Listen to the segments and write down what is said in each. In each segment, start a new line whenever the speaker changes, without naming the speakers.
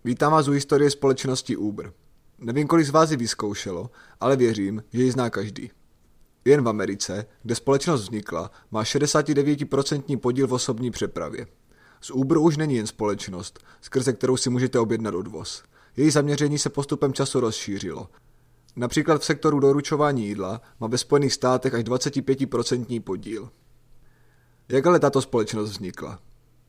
Vítám vás u historie společnosti Uber. Nevím, kolik z vás ji vyzkoušelo, ale věřím, že ji zná každý. Jen v Americe, kde společnost vznikla, má 69% podíl v osobní přepravě. Z Uberu už není jen společnost, skrze kterou si můžete objednat odvoz. Její zaměření se postupem času rozšířilo. Například v sektoru doručování jídla má ve Spojených státech až 25% podíl. Jak ale tato společnost vznikla?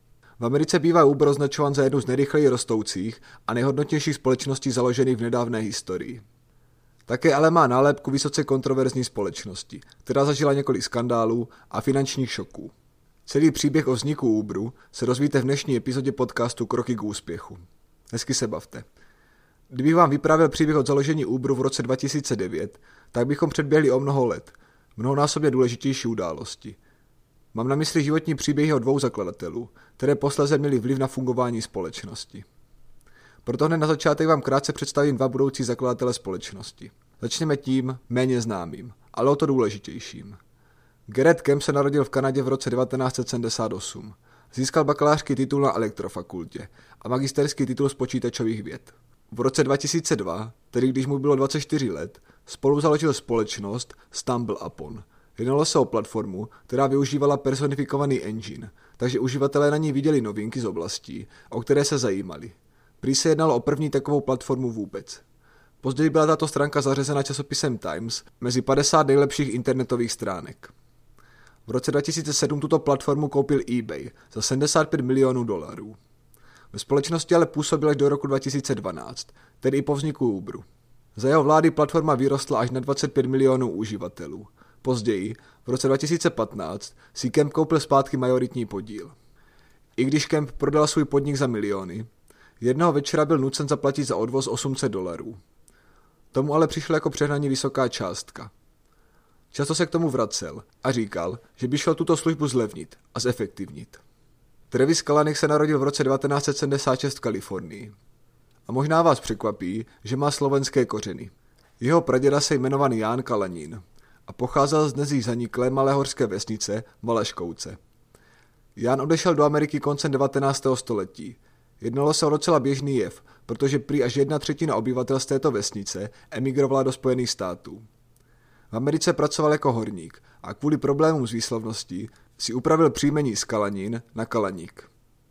V Americe bývá Uber označován za jednu z nejrychleji rostoucích a nejhodnotnějších společností založených v nedávné historii. Také ale má nálepku vysoce kontroverzní společnosti, která zažila několik skandálů a finančních šoků. Celý příběh o vzniku Uberu se dozvíte v dnešní epizodě podcastu Kroky k úspěchu. Hezky se bavte. Kdybych vám vyprávěl příběh od založení Uberu v roce 2009, tak bychom předběhli o mnoho let, mnohonásobně důležitější události. Mám na mysli životní příběhy od dvou zakladatelů, které posléze měly vliv na fungování společnosti. Proto hned na začátek vám krátce představím dva budoucí zakladatele společnosti. Začneme tím méně známým, ale o to důležitějším. Garrett Camp se narodil v Kanadě v roce 1978. Získal bakalářský titul na elektrofakultě a magisterský titul z počítačových věd. V roce 2002, tedy když mu bylo 24 let, spolu založil společnost StumbleUpon. Jednalo se o platformu, která využívala personifikovaný engine, takže uživatelé na ní viděli novinky z oblastí, o které se zajímali. Prý se jednalo o první takovou platformu vůbec. Později byla tato stránka zařazena časopisem Times mezi 50 nejlepších internetových stránek. V roce 2007 tuto platformu koupil eBay za $75 milionů. Ve společnosti ale působil až do roku 2012, tedy i po vzniku Uberu. Za jeho vlády platforma vyrostla až na 25 milionů uživatelů. Později, v roce 2015, si Camp koupil zpátky majoritní podíl. I když Camp prodal svůj podnik za miliony, jednoho večera byl nucen zaplatit za odvoz $800. Tomu ale přišlo jako přehnaně vysoká částka. Často se k tomu vracel a říkal, že by šel tuto službu zlevnit a zefektivnit. Travis Kalanick se narodil v roce 1976 v Kalifornii. A možná vás překvapí, že má slovenské kořeny. Jeho praděda se jmenoval Ján Kalanín a pocházel z dnes již zaniklé malé horské vesnice Valaškovce. Ján odešel do Ameriky koncem 19. století. Jednalo se o docela běžný jev, protože prý až 1/3 obyvatel z této vesnice emigrovala do Spojených států. V Americe pracoval jako horník a kvůli problémům s výslovností si upravil příjmení z Kalanín na Kalaník.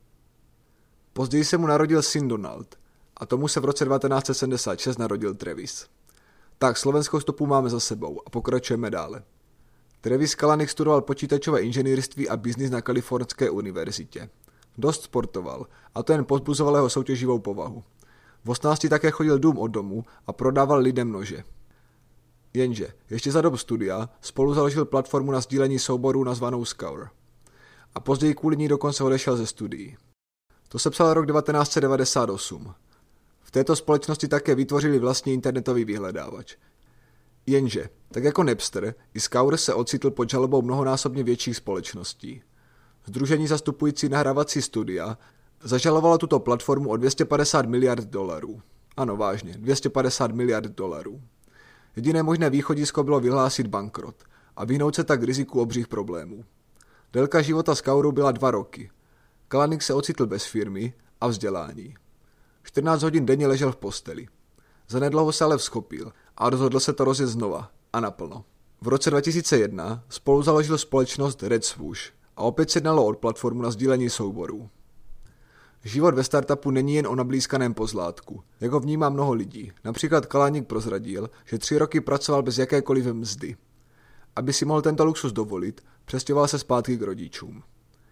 Později se mu narodil syn Donald a tomu se v roce 1976 narodil Travis. Tak slovenskou stopu máme za sebou a pokračujeme dále. Travis Kalanick studoval počítačové inženýrství a biznis na Kalifornské univerzitě. Dost sportoval a to jen povzbuzovalo jeho soutěživou povahu. V 18 také chodil dům od domu a prodával lidem nože. Jenže ještě za dob studia spolu založil platformu na sdílení souborů nazvanou Scour. A později kvůli ní dokonce odešel ze studií. To se psal rok 1998. V této společnosti také vytvořili vlastní internetový vyhledávač. Jenže, tak jako Napster, i Scour se ocitl pod žalobou mnohonásobně větších společností. Sdružení zastupující nahrávací studia zažalovalo tuto platformu o $250 miliard. Ano, vážně, $250 miliard. Jediné možné východisko bylo vyhlásit bankrot a vyhnout se tak riziku obřích problémů. Délka života Scouru byla 2 roky. Kalanick se ocitl bez firmy a vzdělání. 14 hodin denně ležel v posteli. Zanedlouho se ale vzchopil a rozhodl se to rozjet znova a naplno. V roce 2001 spolu založil společnost Red Swoosh a opět se jednalo o platformu na sdílení souborů. Život ve startupu není jen o nablízkaném pozlátku, jak ho vnímá mnoho lidí. Například Kalanick prozradil, že 3 roky pracoval bez jakékoliv mzdy. Aby si mohl tento luxus dovolit, přestěhoval se zpátky k rodičům.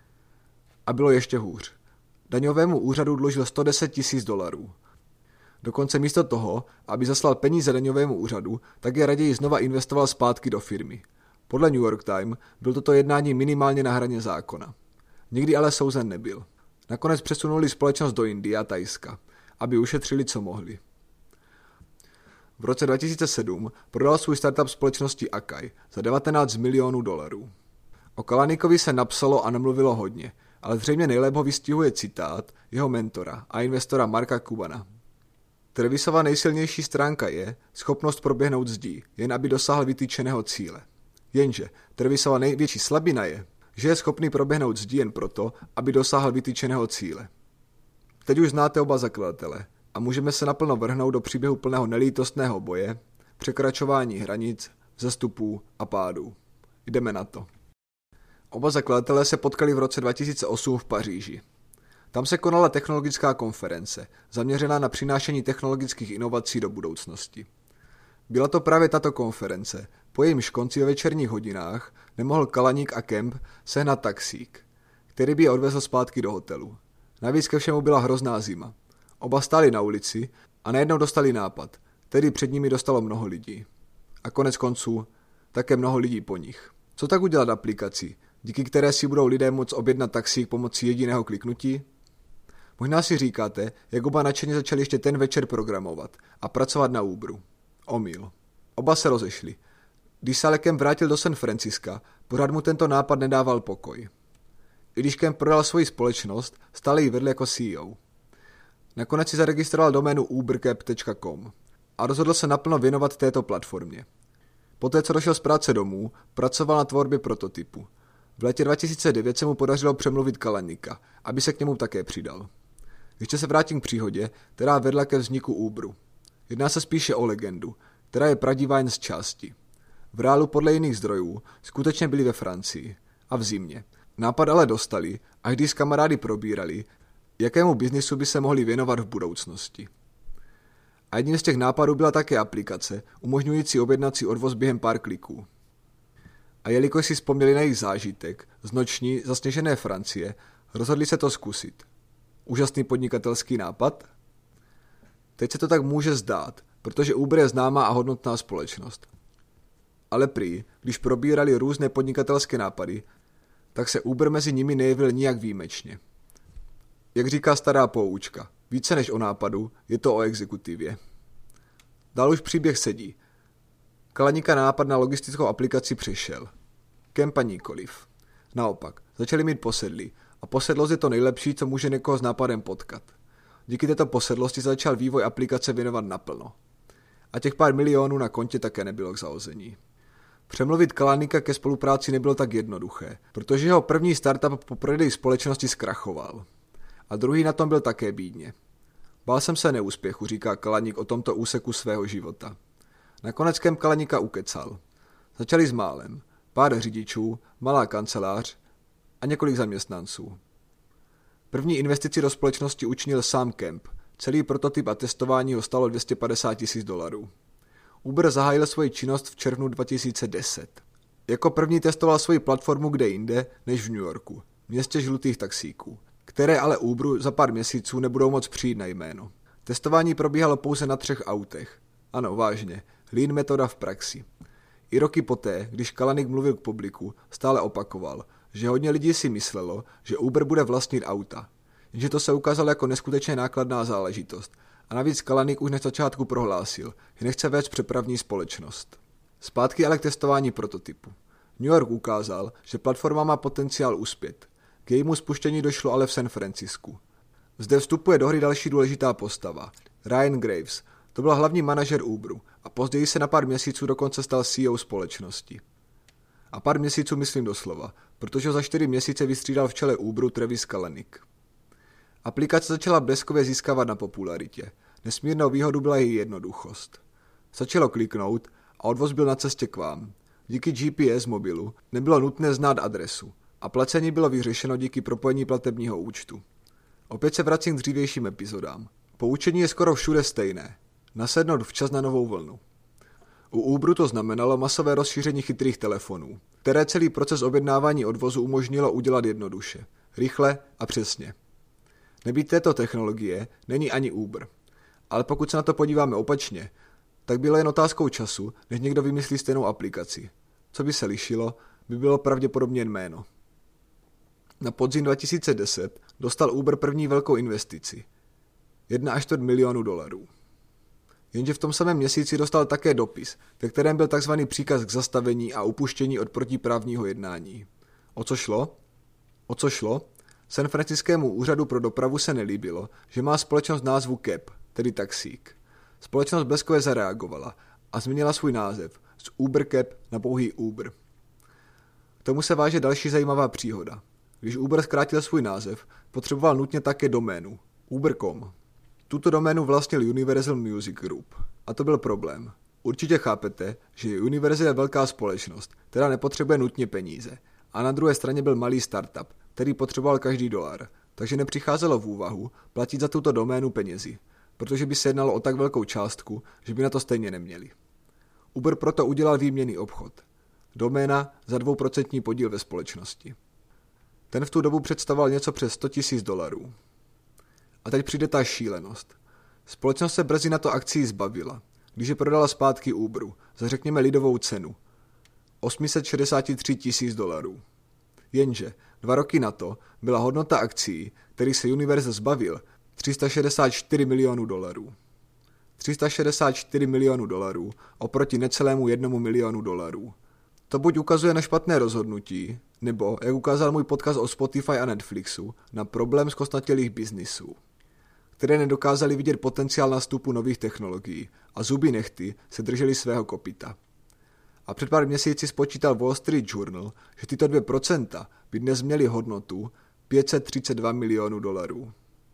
A bylo ještě hůř. Daňovému úřadu dlužil $110 000. Dokonce místo toho, aby zaslal peníze daňovému úřadu, tak je raději znova investoval zpátky do firmy. Podle New York Times byl toto jednání minimálně na hraně zákona. Nikdy ale souzen nebyl. Nakonec přesunuli společnost do Indie a Thajska, aby ušetřili, co mohli. V roce 2007 prodal svůj startup společnosti Akai za $19 milionů. O Kalanickovi se napsalo a namluvilo hodně, ale zřejmě nejlépe ho vystihuje citát jeho mentora a investora Marka Cubana. Travisova nejsilnější stránka je schopnost proběhnout zdí, jen aby dosáhl vytýčeného cíle. Jenže Travisova největší slabina je, že je schopný proběhnout zdí jen proto, aby dosáhl vytýčeného cíle. Teď už znáte oba zakladatele a můžeme se naplno vrhnout do příběhu plného nelítostného boje, překračování hranic, vzestupů a pádů. Jdeme na to. Oba zakladatelé se potkali v roce 2008 v Paříži. Tam se konala technologická konference, zaměřená na přinášení technologických inovací do budoucnosti. Byla to právě tato konference, po jejímž konci ve večerních hodinách nemohl Kalaník a Kemp sehnat taxík, který by je odvezl zpátky do hotelu. Navíc ke všemu byla hrozná zima. Oba stáli na ulici a najednou dostali nápad, který před nimi dostalo mnoho lidí. A konec konců také mnoho lidí po nich. Co tak udělat aplikaci, díky které si budou lidé moct objednat taxík pomocí jediného kliknutí? Možná si říkáte, jak oba nadšeně začali ještě ten večer programovat a pracovat na Uberu. Omyl. Oba se rozešli. Když se ale Kemp vrátil do San Franciska, pořád mu tento nápad nedával pokoj. I když Kemp prodal svoji společnost, stále ji vedl jako CEO. Nakonec si zaregistroval doménu ubercab.com a rozhodl se naplno věnovat této platformě. Poté, co došel z práce domů, pracoval na tvorbě prototypu. V létě 2009 se mu podařilo přemluvit Kalaníka, aby se k němu také přidal. Ještě se vrátím k příhodě, která vedla ke vzniku Uberu. Jedná se spíše o legendu, která je pravdivá jen z části. V reálu podle jiných zdrojů skutečně byli ve Francii a v zimě. Nápad ale dostali, až když s kamarády probírali, jakému biznisu by se mohli věnovat v budoucnosti. A jedním z těch nápadů byla také aplikace, umožňující objednat si odvoz během pár kliků. A jelikož si vzpomněli na jejich zážitek z noční zasněžené Francie, rozhodli se to zkusit. Úžasný podnikatelský nápad? Teď se to tak může zdát, protože Uber je známá a hodnotná společnost. Ale prý, když probírali různé podnikatelské nápady, tak se Uber mezi nimi nejevil nijak výjimečně. Jak říká stará poučka, více než o nápadu, je to o exekutivě. Dál už příběh sedí. Kalaníka nápad na logistickou aplikaci přešel. Kempa nikoliv. Naopak, začali mít posedlí a posedlost je to nejlepší, co může někoho s nápadem potkat. Díky této posedlosti začal vývoj aplikace věnovat naplno. A těch pár milionů na kontě také nebylo k zahození. Přemluvit Kalaníka ke spolupráci nebylo tak jednoduché, protože jeho první startup po prodeji společnosti zkrachoval. A druhý na tom byl také bídně. Bál jsem se neúspěchu, říká Kalaník o tomto úseku svého života. Nakonec Kemp Kalaníka ukecal. Začali s málem. Pár řidičů, malá kancelář a několik zaměstnanců. První investici do společnosti učinil sám Kemp. Celý prototyp a testování ho stalo $250,000. Uber zahájil svoji činnost v červnu 2010. Jako první testoval svoji platformu kde jinde než v New Yorku, městě žlutých taxíků, které ale Uberu za pár měsíců nebudou moc přijít na jméno. Testování probíhalo pouze na 3 autech. Ano, vážně, lean metoda v praxi. I roky poté, když Kalaník mluvil k publiku, stále opakoval, že hodně lidí si myslelo, že Uber bude vlastnit auta. Jenže to se ukázalo jako neskutečně nákladná záležitost. A navíc Kalaník už na začátku prohlásil, že nechce vést přepravní společnost. Zpátky ale k testování prototypu. New York ukázal, že platforma má potenciál uspět. K jejímu spuštění došlo ale v San Francisku. Zde vstupuje do hry další důležitá postava. Ryan Graves. To byl hlavní manažer Uberu a později se na pár měsíců dokonce stal CEO společnosti. A pár měsíců myslím doslova, protože ho za 4 měsíce vystřídal v čele Uberu Travis Kalanick. Aplikace začala bleskově získávat na popularitě. Nesmírnou výhodu byla její jednoduchost. Stačilo kliknout a odvoz byl na cestě k vám. Díky GPS mobilu nebylo nutné znát adresu a placení bylo vyřešeno díky propojení platebního účtu. Opět se vracím k dřívějším epizodám. Poučení je skoro všude stejné. Nasednout včas na novou vlnu. U Uberu to znamenalo masové rozšíření chytrých telefonů, které celý proces objednávání odvozu umožnilo udělat jednoduše, rychle a přesně. Nebýt této technologie není ani Uber. Ale pokud se na to podíváme opačně, tak bylo jen otázkou času, než někdo vymyslí stejnou aplikaci. Co by se lišilo, by bylo pravděpodobně jen jméno. Na podzim 2010 dostal Uber první velkou investici. $1,25 milionu. Jenže v tom samém měsíci dostal také dopis, ve kterém byl tzv. Příkaz k zastavení a upuštění od protiprávního jednání. O co šlo? San Franciskému úřadu pro dopravu se nelíbilo, že má společnost názvu Cab, tedy taxík. Společnost bleskově zareagovala a změnila svůj název z Uber Cab na pouhý Uber. K tomu se váže další zajímavá příhoda. Když Uber zkrátil svůj název, potřeboval nutně také doménu Uber.com. Tuto doménu vlastnil Universal Music Group. A to byl problém. Určitě chápete, že Universal je velká společnost, která nepotřebuje nutně peníze. A na druhé straně byl malý startup, který potřeboval každý dolar. Takže nepřicházelo v úvahu platit za tuto doménu penězi, protože by se jednalo o tak velkou částku, že by na to stejně neměli. Uber proto udělal výměnný obchod. Doména za 2% podíl ve společnosti. Ten v tu dobu představoval něco přes $100,000. A teď přijde ta šílenost. Společnost se brzy na to akcí zbavila, když je prodala zpátky Uberu za řekněme lidovou cenu $863,000. Jenže 2 roky na to byla hodnota akcií, který se Universal zbavil, $364 milionů. $364 milionů oproti necelému $1 milionu. To buď ukazuje na špatné rozhodnutí, nebo, jak ukázal můj podcast o Spotify a Netflixu, na problém zkostnatělých biznisů, které nedokázali vidět potenciál nastupu nových technologií a zuby nehty se drželi svého kopyta. A před pár měsíci spočítal Wall Street Journal, že tyto 2% by dnes měly hodnotu $532 milionů.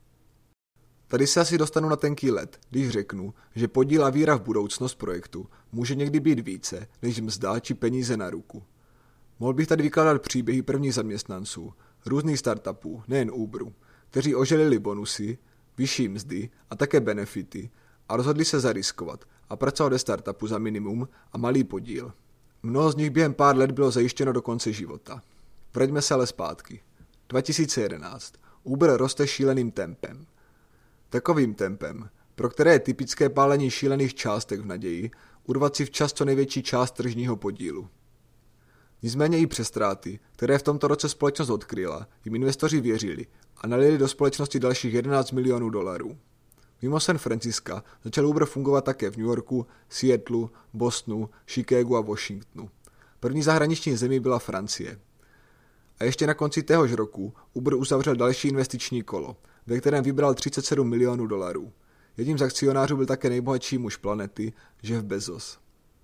Tady se asi dostanu na tenký led, když řeknu, že podíl a víra v budoucnost projektu může někdy být více než mzda či peníze na ruku. Mohl bych tady vykládat příběhy prvních zaměstnanců, různých startupů, nejen Uberu, kteří oželili bonusy, vyšší mzdy a také benefity a rozhodli se zariskovat a pracovat ve startupu za minimum a malý podíl. Mnoho z nich během pár let bylo zajištěno do konce života. Vraťme se ale zpátky. 2011. Uber roste šíleným tempem. Takovým tempem, pro které je typické pálení šílených částek v naději urvat si včas co největší část tržního podílu. Nicméně i přes ztráty, které v tomto roce společnost odkryla, jim investoři věřili a nalili do společnosti dalších $11 milionů. Mimo San Francisca začal Uber fungovat také v New Yorku, Seattlu, Bostonu, Chicagu a Washingtonu. První zahraniční zemí byla Francie. A ještě na konci téhož roku Uber uzavřel další investiční kolo, ve kterém vybral $37 milionů. Jedním z akcionářů byl také nejbohatší muž planety, Jeff Bezos.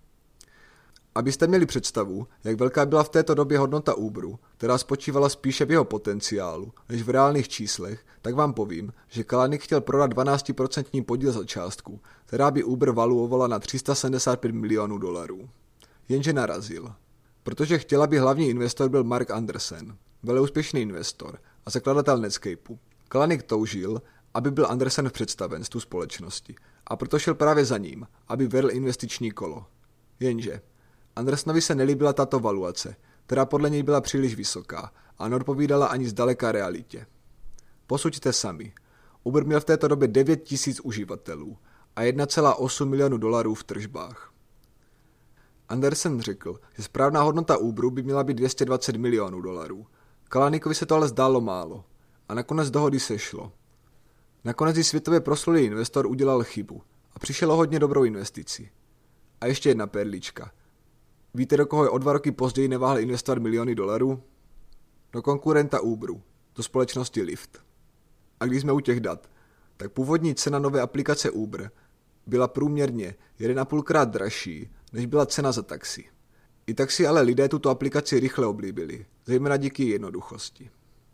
Abyste měli představu, jak velká byla v této době hodnota Uberu, která spočívala spíše v jeho potenciálu než v reálných číslech, tak vám povím, že Kalanick chtěl prodat 12% podíl za částku, která by Uber valuovala na $375 milionů. Jenže narazil. Protože chtěl, aby hlavní investor byl Mark Andersen, veleúspěšný investor a zakladatel Netscapeu. Kalanick toužil, aby byl Andersen v představenstvu společnosti a proto šel právě za ním, aby vedl investiční kolo. Jenže Andersenovi se nelíbila tato valuace, která podle něj byla příliš vysoká a neodpovídala ani zdaleka realitě. Posuďte sami. Uber měl v této době 9 000 uživatelů a $1,8 milionu v tržbách. Andersen řekl, že správná hodnota Uberu by měla být $220 milionů. Kalanickovi se to ale zdálo málo a nakonec dohody sešlo. Nakonec i světově proslulý investor udělal chybu a přišel o hodně dobrou investici. A ještě jedna perlička. Víte, do koho je o 2 roky později neváhal investovat miliony dolarů? Do konkurenta Uberu, do společnosti Lyft. A když jsme u těch dat, tak původní cena nové aplikace Uber byla průměrně 1,5krát dražší, než byla cena za taxi. I tak si ale lidé tuto aplikaci rychle oblíbili, zejména díky jednoduchosti.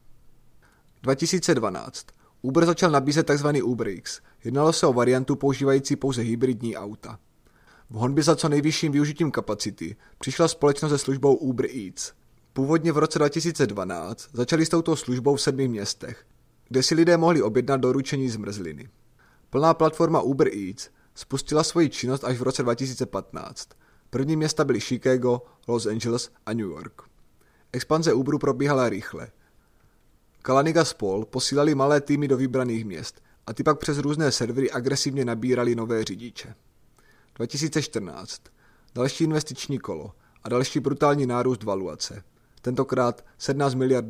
2012. Uber začal nabízet tzv. UberX. Jednalo se o variantu používající pouze hybridní auta. V honbě za co nejvyšším využitím kapacity přišla společnost se službou Uber Eats. Původně v roce 2012 začali s touto službou v 7 městech, kde si lidé mohli objednat doručení zmrzliny. Plná platforma Uber Eats spustila svoji činnost až v roce 2015. První města byly Chicago, Los Angeles a New York. Expanze Uberu probíhala rychle. Kalanick a spol posílali malé týmy do vybraných měst a ty pak přes různé servery agresivně nabírali nové řidiče. 2014. Další investiční kolo a další brutální nárůst valuace. Tentokrát $17 miliard.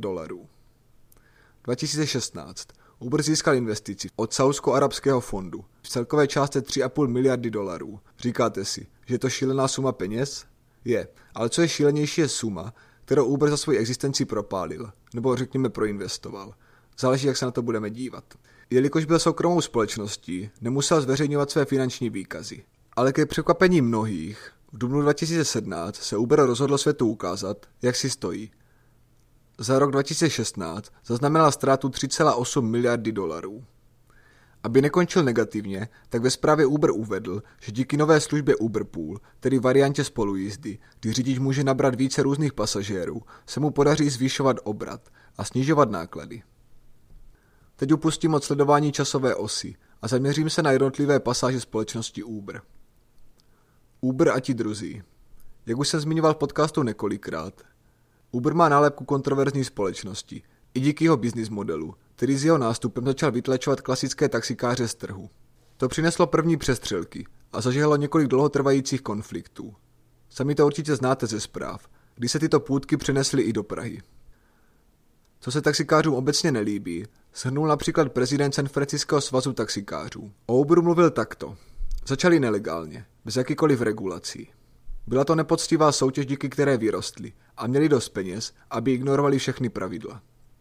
2016. Uber získal investici od Saúdsko-arabského fondu v celkové částce $3,5 miliardy. Říkáte si, že je to šílená suma peněz? Je, ale co je šílenější je suma, kterou Uber za svoji existenci propálil, nebo řekněme proinvestoval. Záleží, jak se na to budeme dívat. Jelikož byl soukromou společností, nemusel zveřejňovat své finanční výkazy. Ale ke překvapení mnohých, v dubnu 2017 se Uber rozhodl světu ukázat, jak si stojí. Za rok 2016 zaznamenal ztrátu $3,8 miliardy. Aby nekončil negativně, tak ve zprávě Uber uvedl, že díky nové službě Uber Pool, tedy variantě spolujízdy, kdy řidič může nabrat více různých pasažérů, se mu podaří zvyšovat obrat a snižovat náklady. Teď upustím od sledování časové osy a zaměřím se na jednotlivé pasáže společnosti Uber. Uber a ti druzí. Jak už jsem zmiňoval v podcastu několikrát, Uber má nálepku kontroverzní společnosti, i díky jeho business modelu, který s jeho nástupem začal vytlačovat klasické taxikáře z trhu. To přineslo první přestřelky a zažehlo několik dlouhotrvajících konfliktů. Sami to určitě znáte ze zpráv, kdy se tyto půtky přenesly i do Prahy. Co se taxikářům obecně nelíbí, shrnul například prezident San Francisco svazu taxikářů. O Uberu mluvil takto. Začali nelegálně, bez jakýkoliv regulací. Byla to nepoctivá soutěž, díky které vyrostly a měli dost peněz, aby ignorovali všechny pravidla.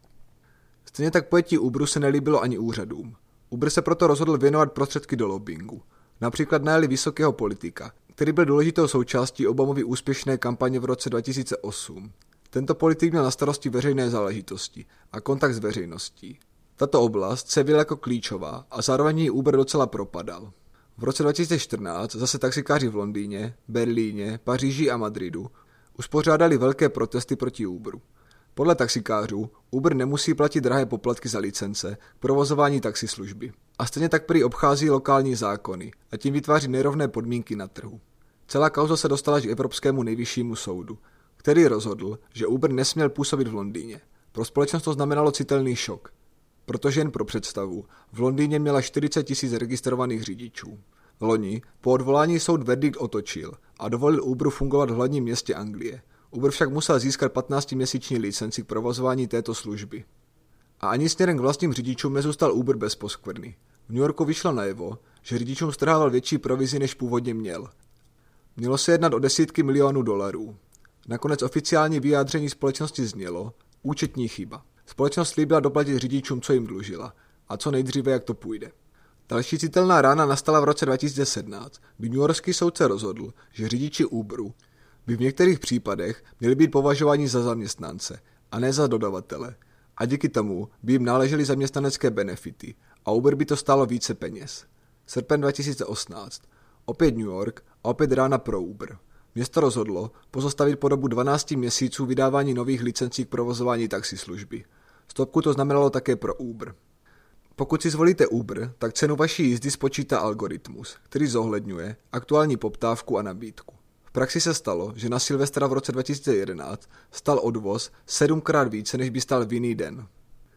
Stejně tak pojetí Uberu se nelíbilo ani úřadům. Uber se proto rozhodl věnovat prostředky do lobbingu. Například najali vysokého politika, který byl důležitou součástí Obamovy úspěšné kampaně v roce 2008. Tento politik měl na starosti veřejné záležitosti a kontakt s veřejností. Tato oblast se viděla jako klíčová a zároveň ji Uber docela propadal. V roce 2014 zase taxikáři v Londýně, Berlíně, Paříži a Madridu uspořádali velké protesty proti Uberu. Podle taxikářů Uber nemusí platit drahé poplatky za licence k provozování taxislužby. A stejně tak prý obchází lokální zákony a tím vytváří nerovné podmínky na trhu. Celá kauza se dostala až k Evropskému nejvyššímu soudu, který rozhodl, že Uber nesměl působit v Londýně. Pro společnost to znamenalo citelný šok, protože jen pro představu, v Londýně měla 40 000 registrovaných řidičů. Loni po odvolání soud verdikt otočil a dovolil Uberu fungovat v hlavním městě Anglie. Uber však musel získat 15měsíční licenci k provozování této služby. A ani směrem k vlastním řidičům nezůstal Uber bez poskvrny. V New Yorku vyšlo najevo, že řidičům strhával větší provizi, než původně měl. Mělo se jednat o desítky milionů dolarů. Nakonec oficiální vyjádření společnosti znělo účetní chyba. Společnost slíbila doplatit řidičům, co jim dlužila, a co nejdříve, jak to půjde. Další citelná rána nastala v roce 2017, kdy newyorský soudce rozhodl, že řidiči Uberu by v některých případech měli být považováni za zaměstnance a ne za dodavatele. A díky tomu by jim náležely zaměstnanecké benefity a Uber by to stálo více peněz. Srpen 2018. Opět New York a opět rána pro Uber. Město rozhodlo pozastavit po dobu 12 měsíců vydávání nových licencí k provozování taxislužby. Stopku to znamenalo také pro Uber. Pokud si zvolíte Uber, tak cenu vaší jízdy spočítá algoritmus, který zohledňuje aktuální poptávku a nabídku. V praxi se stalo, že na Silvestra v roce 2011 stal odvoz 7krát více, než by stál v jiný den.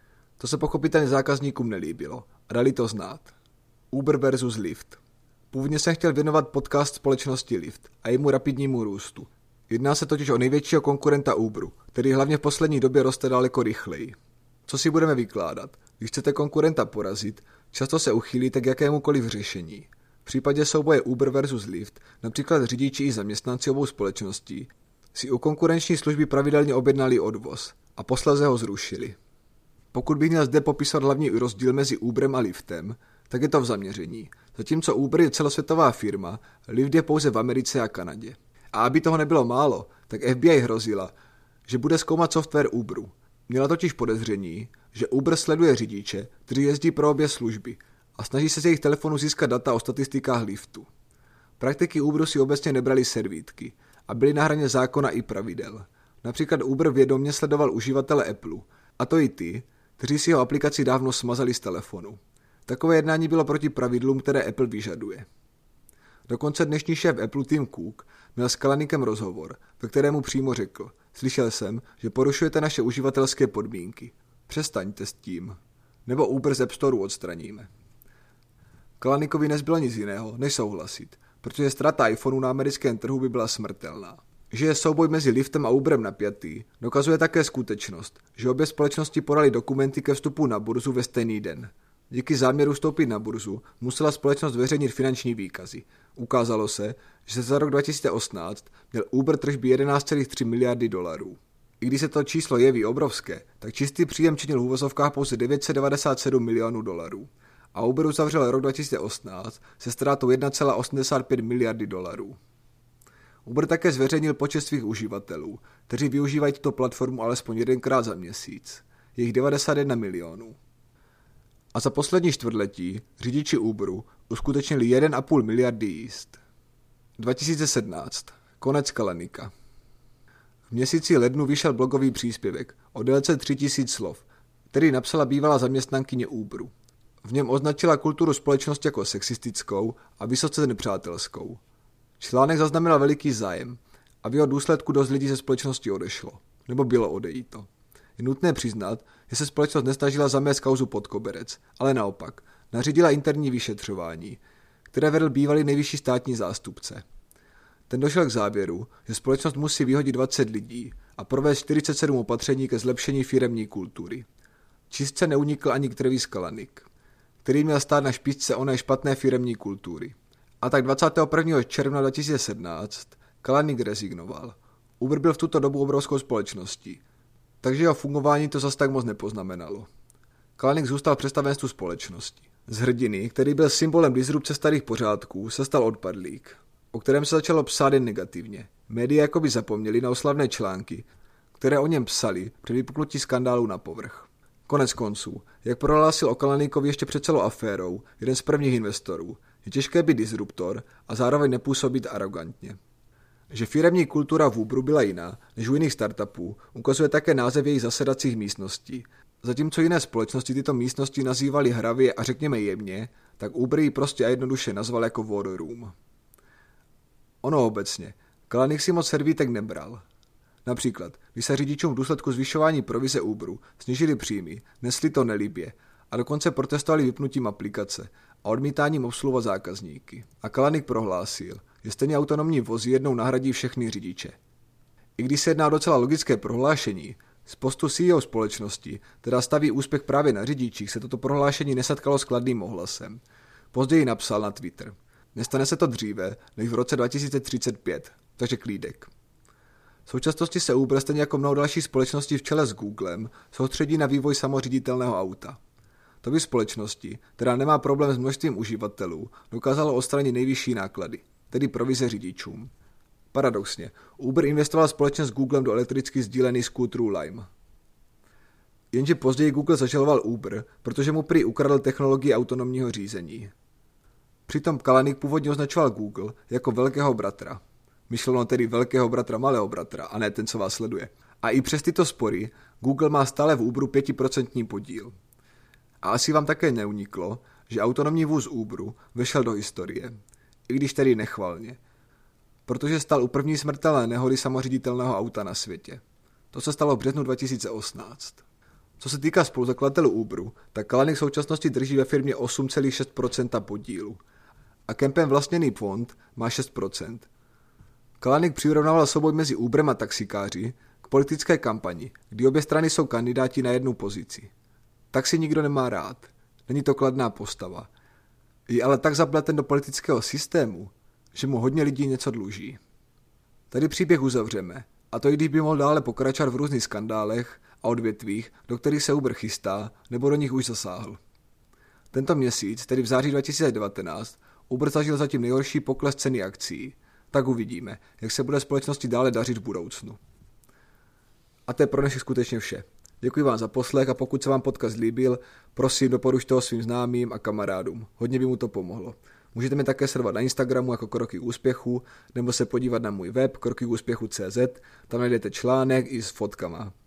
To se pochopitelně zákazníkům nelíbilo a dali to znát. Uber versus Lyft. Původně jsem chtěl věnovat podcast společnosti Lyft a jejímu rapidnímu růstu. Jedná se totiž o největšího konkurenta Uberu, který hlavně v poslední době roste daleko rychleji. Co si budeme vykládat? Když chcete konkurenta porazit, často se uchýlíte k jakémukoliv řešení. V případě souboje Uber versus Lyft, například řidiči i zaměstnanci obou společností, si u konkurenční služby pravidelně objednali odvoz a posléze ho zrušili. Pokud bych měl zde popisovat hlavní rozdíl mezi Uberem a Lyftem, tak je to v zaměření. Zatímco Uber je celosvětová firma, Lyft je pouze v Americe a Kanadě. A aby toho nebylo málo, tak FBI hrozila, že bude zkoumat software Uberu. Měla totiž podezření, že Uber sleduje řidiče, kteří jezdí pro obě služby a snaží se z jejich telefonů získat data o statistikách Lyftu. Praktiky Uberu si obecně nebrali servítky a byly na hraně zákona i pravidel. Například Uber vědomě sledoval uživatele Apple, a to i ty, kteří si jeho aplikaci dávno smazali z telefonu. Takové jednání bylo proti pravidlům, které Apple vyžaduje. Dokonce dnešní šéf Apple Tim Cook měl s Kalanikem rozhovor, ve kterému přímo řekl: slyšel jsem, že porušujete naše uživatelské podmínky. Přestaňte s tím. Nebo Uber z App Storeu odstraníme. Kalanikovi nezbylo nic jiného, než souhlasit, protože ztráta iPhoneu na americkém trhu by byla smrtelná. Že je souboj mezi Lyftem a Uberem napjatý, dokazuje také skutečnost, že obě společnosti podali dokumenty ke vstupu na burzu ve stejný den. Díky záměru vstoupit na burzu musela společnost zveřejnit finanční výkazy. Ukázalo se, že za rok 2018 měl Uber tržby 11,3 miliardy dolarů. I když se to číslo jeví obrovské, tak čistý příjem činil v uvozovkách pouze 997 milionů dolarů. A Uber uzavřel rok 2018 se ztrátou 1,85 miliardy dolarů. Uber také zveřejnil počet svých uživatelů, kteří využívají tuto platformu alespoň 1krát za měsíc. Je jich 91 milionů. A za poslední čtvrtletí řidiči Uberu uskutečnili 1,5 miliardy jízd. 2017. Konec Kalanika. V měsíci lednu vyšel blogový příspěvek o délce 3000 slov, který napsala bývalá zaměstnankyně Uberu. V něm označila kulturu společnosti jako sexistickou a vysoce nepřátelskou. Článek zaznamenal veliký zájem a v jeho důsledku dost lidí ze společnosti odešlo, nebo bylo odejito. Je nutné přiznat, že se společnost nesnažila zamést kauzu pod koberec, ale naopak nařídila interní vyšetřování, které vedl bývalý nejvyšší státní zástupce. Ten došel k závěru, že společnost musí vyhodit 20 lidí a provést 47 opatření ke zlepšení firemní kultury. Čistce neunikl ani Travis Kalanick, který měl stát na špičce oné špatné firemní kultury. A tak 21. června 2017 Kalanick rezignoval. Uber byl v tuto dobu obrovskou společností, takže jeho fungování to zas tak moc nepoznamenalo. Kalanick zůstal v představenstvu společnosti. Z hrdiny, který byl symbolem disrupce starých pořádků, se stal odpadlík, o kterém se začalo psát jen negativně. Média jakoby zapomněli na oslavné články, které o něm psali před vypuknutí skandálu na povrch. Konec konců, jak prohlásil o Kalanickovi ještě před celou aférou jeden z prvních investorů, je těžké být disruptor a zároveň nepůsobit arrogantně. Že firemní kultura v Uberu byla jiná než u jiných startupů, ukazuje také název jejich zasedacích místností. Zatímco jiné společnosti tyto místnosti nazývaly hravě a řekněme jemně, tak Uber ji prostě a jednoduše nazval jako war room. Ono obecně, Kalanick si moc servítek nebral. Například, když se řidičům v důsledku zvyšování provize Uberu snížily příjmy, nesli to nelibě a dokonce protestovali vypnutím aplikace a odmítáním obsluhovat zákazníky. A Kalanick prohlásil, že stejně autonomní vozy jednou nahradí všechny řidiče. I když se jedná o docela logické prohlášení, z postu CEO společnosti, která staví úspěch právě na řidičích, se toto prohlášení nesetkalo s kladným ohlasem. Později napsal na Twitter: nestane se to dříve, než v roce 2035, takže klídek. V současnosti se Uber stejně jako mnoho dalších společností v čele s Googlem soustředí na vývoj samoředitelného auta. To by společnosti, která nemá problém s množstvím uživatelů, dokázalo odstranit nejvyšší náklady, tedy provize řidičům. Paradoxně, Uber investoval společně s Googlem do elektricky sdílených skútrů Lime. Jenže později Google zažaloval Uber, protože mu prý ukradl technologii autonomního řízení. Přitom Kalanick původně označoval Google jako velkého bratra. Myšleno tedy velkého bratra malého bratra, a ne ten, co vás sleduje. A i přes tyto spory Google má stále v Uberu 5% podíl. A asi vám také neuniklo, že autonomní vůz Uberu vešel do historie, i když tedy nechvalně, protože stál u první smrtelné nehody samoředitelného auta na světě. To se stalo v březnu 2018. Co se týká spoluzakladatelů Uberu, tak Kalanick v současnosti drží ve firmě 8,6% podílu a Kempem vlastněný fond má 6%. Kalanick přirovnával souboj mezi Uberem a taxikáři k politické kampani, kdy obě strany jsou kandidáti na jednu pozici. Tak si nikdo nemá rád. Není to kladná postava. Je ale tak zapleten do politického systému, že mu hodně lidí něco dluží. Tady příběh uzavřeme, a to i když by mohl dále pokračovat v různých skandálech a odvětvích, do kterých se Uber chystá, nebo do nich už zasáhl. Tento měsíc, tedy v září 2019, Uber zažil zatím nejhorší pokles ceny akcií. Tak uvidíme, jak se bude společnosti dále dařit v budoucnu. A to je pro dnešek skutečně vše. Děkuji vám za poslech a pokud se vám podcast líbil, prosím doporučte ho svým známým a kamarádům. Hodně by mu to pomohlo. Můžete mě také sledovat na Instagramu jako Kroky k úspěchu, nebo se podívat na můj web krokyúspěchu.cz, tam najdete článek i s fotkama.